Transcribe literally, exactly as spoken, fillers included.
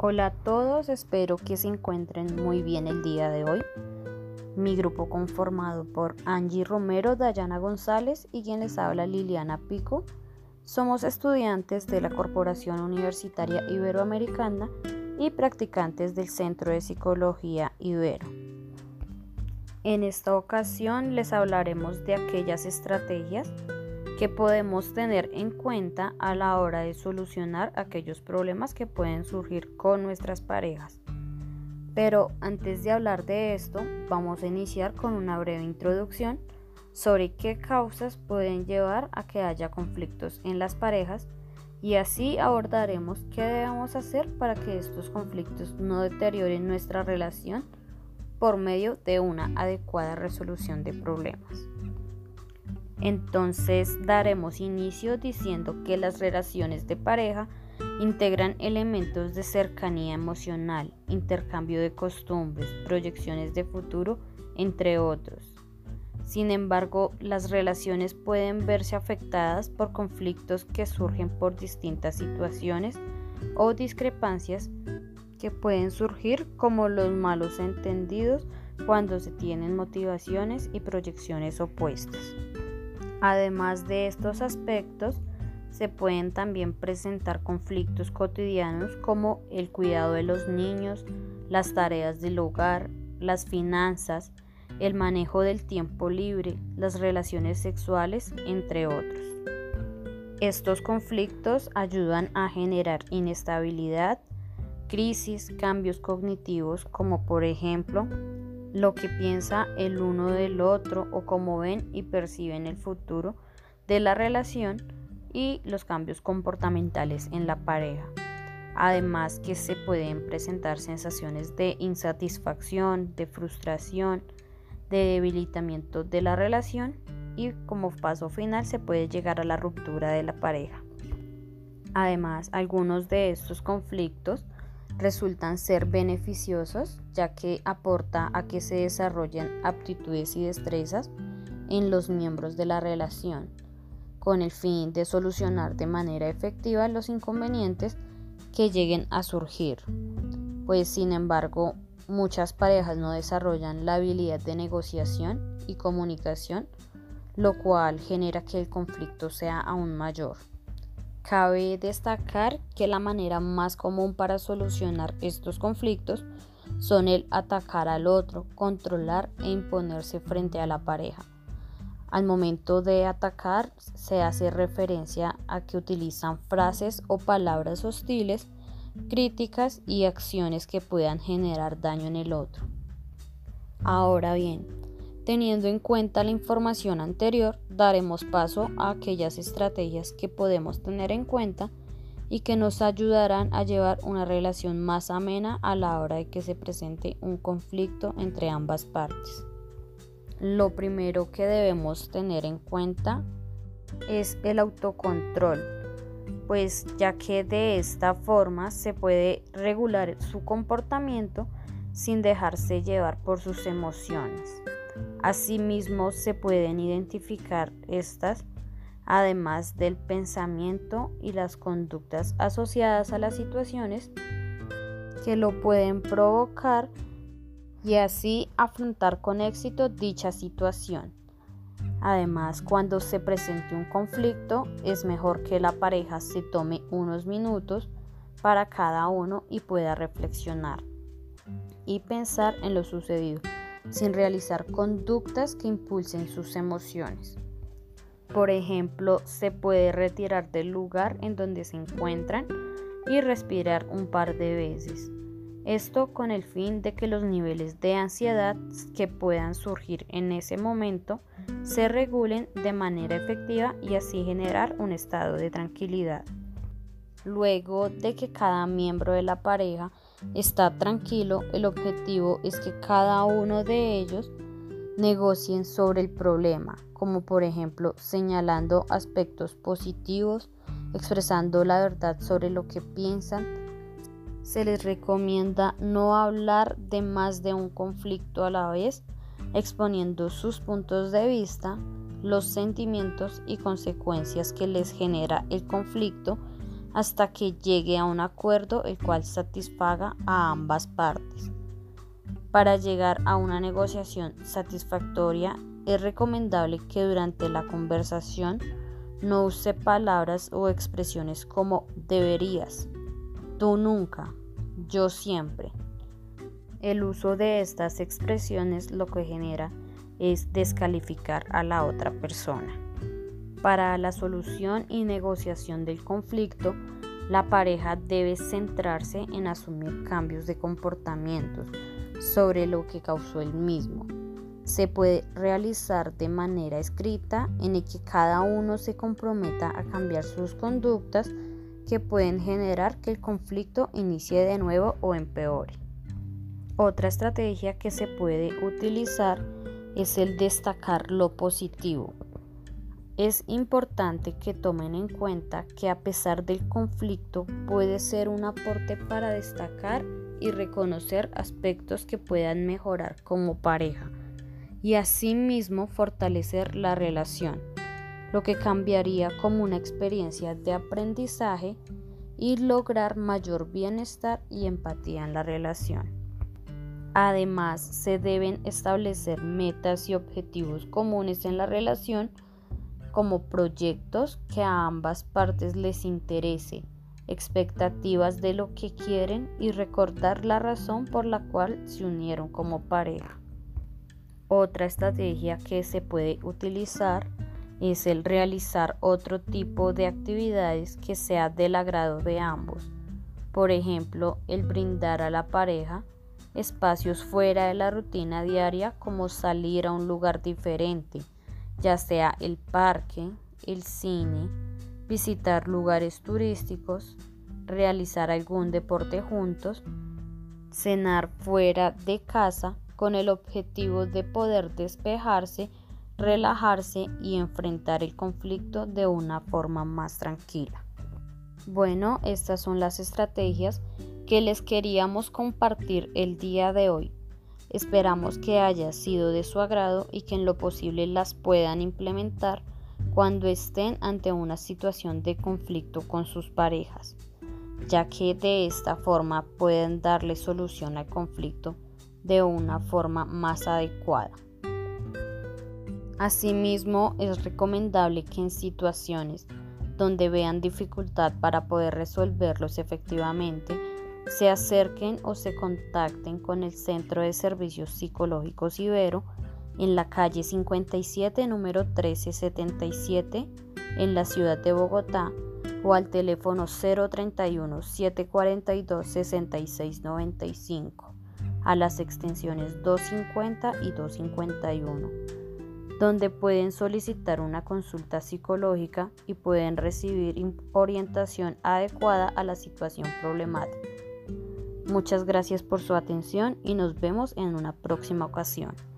Hola a todos, espero que se encuentren muy bien el día de hoy. Mi grupo conformado por Angie Romero, Dayana González y quien les habla Liliana Pico. Somos estudiantes de la Corporación Universitaria Iberoamericana y practicantes del Centro de Psicología Ibero. En esta ocasión les hablaremos de aquellas estrategias que podemos tener en cuenta a la hora de solucionar aquellos problemas que pueden surgir con nuestras parejas. Pero antes de hablar de esto, vamos a iniciar con una breve introducción sobre qué causas pueden llevar a que haya conflictos en las parejas y así abordaremos qué debemos hacer para que estos conflictos no deterioren nuestra relación por medio de una adecuada resolución de problemas. Entonces daremos inicio diciendo que las relaciones de pareja integran elementos de cercanía emocional, intercambio de costumbres, proyecciones de futuro, entre otros. Sin embargo, las relaciones pueden verse afectadas por conflictos que surgen por distintas situaciones o discrepancias que pueden surgir como los malos entendidos cuando se tienen motivaciones y proyecciones opuestas. Además de estos aspectos, se pueden también presentar conflictos cotidianos como el cuidado de los niños, las tareas del hogar, las finanzas, el manejo del tiempo libre, las relaciones sexuales, entre otros. Estos conflictos ayudan a generar inestabilidad, crisis, cambios cognitivos como por ejemplo lo que piensa el uno del otro o cómo ven y perciben el futuro de la relación y los cambios comportamentales en la pareja. Además que se pueden presentar sensaciones de insatisfacción, de frustración, de debilitamiento de la relación y como paso final se puede llegar a la ruptura de la pareja. Además, algunos de estos conflictos resultan ser beneficiosos ya que aporta a que se desarrollen aptitudes y destrezas en los miembros de la relación, con el fin de solucionar de manera efectiva los inconvenientes que lleguen a surgir. Pues sin embargo, muchas parejas no desarrollan la habilidad de negociación y comunicación, lo cual genera que el conflicto sea aún mayor. Cabe destacar que la manera más común para solucionar estos conflictos son el atacar al otro, controlar e imponerse frente a la pareja. Al momento de atacar se hace referencia a que utilizan frases o palabras hostiles, críticas y acciones que puedan generar daño en el otro. Ahora bien, teniendo en cuenta la información anterior, daremos paso a aquellas estrategias que podemos tener en cuenta y que nos ayudarán a llevar una relación más amena a la hora de que se presente un conflicto entre ambas partes. Lo primero que debemos tener en cuenta es el autocontrol, pues ya que de esta forma se puede regular su comportamiento sin dejarse llevar por sus emociones. Asimismo, se pueden identificar estas, además del pensamiento y las conductas asociadas a las situaciones que lo pueden provocar y así afrontar con éxito dicha situación. Además, cuando se presente un conflicto, es mejor que la pareja se tome unos minutos para cada uno y pueda reflexionar y pensar en lo sucedido, sin realizar conductas que impulsen sus emociones. Por ejemplo, se puede retirar del lugar en donde se encuentran y respirar un par de veces. Esto con el fin de que los niveles de ansiedad que puedan surgir en ese momento se regulen de manera efectiva y así generar un estado de tranquilidad. Luego de que cada miembro de la pareja está tranquilo, el objetivo es que cada uno de ellos negocien sobre el problema, como por ejemplo señalando aspectos positivos, expresando la verdad sobre lo que piensan. Se les recomienda no hablar de más de un conflicto a la vez, exponiendo sus puntos de vista, los sentimientos y consecuencias que les genera el conflicto hasta que llegue a un acuerdo el cual satisfaga a ambas partes. Para llegar a una negociación satisfactoria, es recomendable que durante la conversación no use palabras o expresiones como deberías, tú nunca, yo siempre. El uso de estas expresiones lo que genera es descalificar a la otra persona. Para la solución y negociación del conflicto, la pareja debe centrarse en asumir cambios de comportamientos sobre lo que causó el mismo. Se puede realizar de manera escrita en el que cada uno se comprometa a cambiar sus conductas que pueden generar que el conflicto inicie de nuevo o empeore. Otra estrategia que se puede utilizar es el destacar lo positivo. Es importante que tomen en cuenta que a pesar del conflicto puede ser un aporte para destacar y reconocer aspectos que puedan mejorar como pareja y asimismo fortalecer la relación, lo que cambiaría como una experiencia de aprendizaje y lograr mayor bienestar y empatía en la relación. Además, se deben establecer metas y objetivos comunes en la relación, como proyectos que a ambas partes les interese, expectativas de lo que quieren y recordar la razón por la cual se unieron como pareja. Otra estrategia que se puede utilizar es el realizar otro tipo de actividades que sea del agrado de ambos. Por ejemplo, el brindar a la pareja espacios fuera de la rutina diaria, como salir a un lugar diferente, ya sea el parque, el cine, visitar lugares turísticos, realizar algún deporte juntos, cenar fuera de casa con el objetivo de poder despejarse, relajarse y enfrentar el conflicto de una forma más tranquila. Bueno, estas son las estrategias que les queríamos compartir el día de hoy. Esperamos que haya sido de su agrado y que en lo posible las puedan implementar cuando estén ante una situación de conflicto con sus parejas, ya que de esta forma pueden darle solución al conflicto de una forma más adecuada. Asimismo, es recomendable que en situaciones donde vean dificultad para poder resolverlos efectivamente, se acerquen o se contacten con el Centro de Servicios Psicológicos Ibero en la calle cincuenta y siete, número trece setenta y siete, en la ciudad de Bogotá, o al teléfono cero treinta y uno, setecientos cuarenta y dos, sesenta y seis noventa y cinco, a las extensiones doscientos cincuenta y doscientos cincuenta y uno, donde pueden solicitar una consulta psicológica y pueden recibir orientación adecuada a la situación problemática. Muchas gracias por su atención y nos vemos en una próxima ocasión.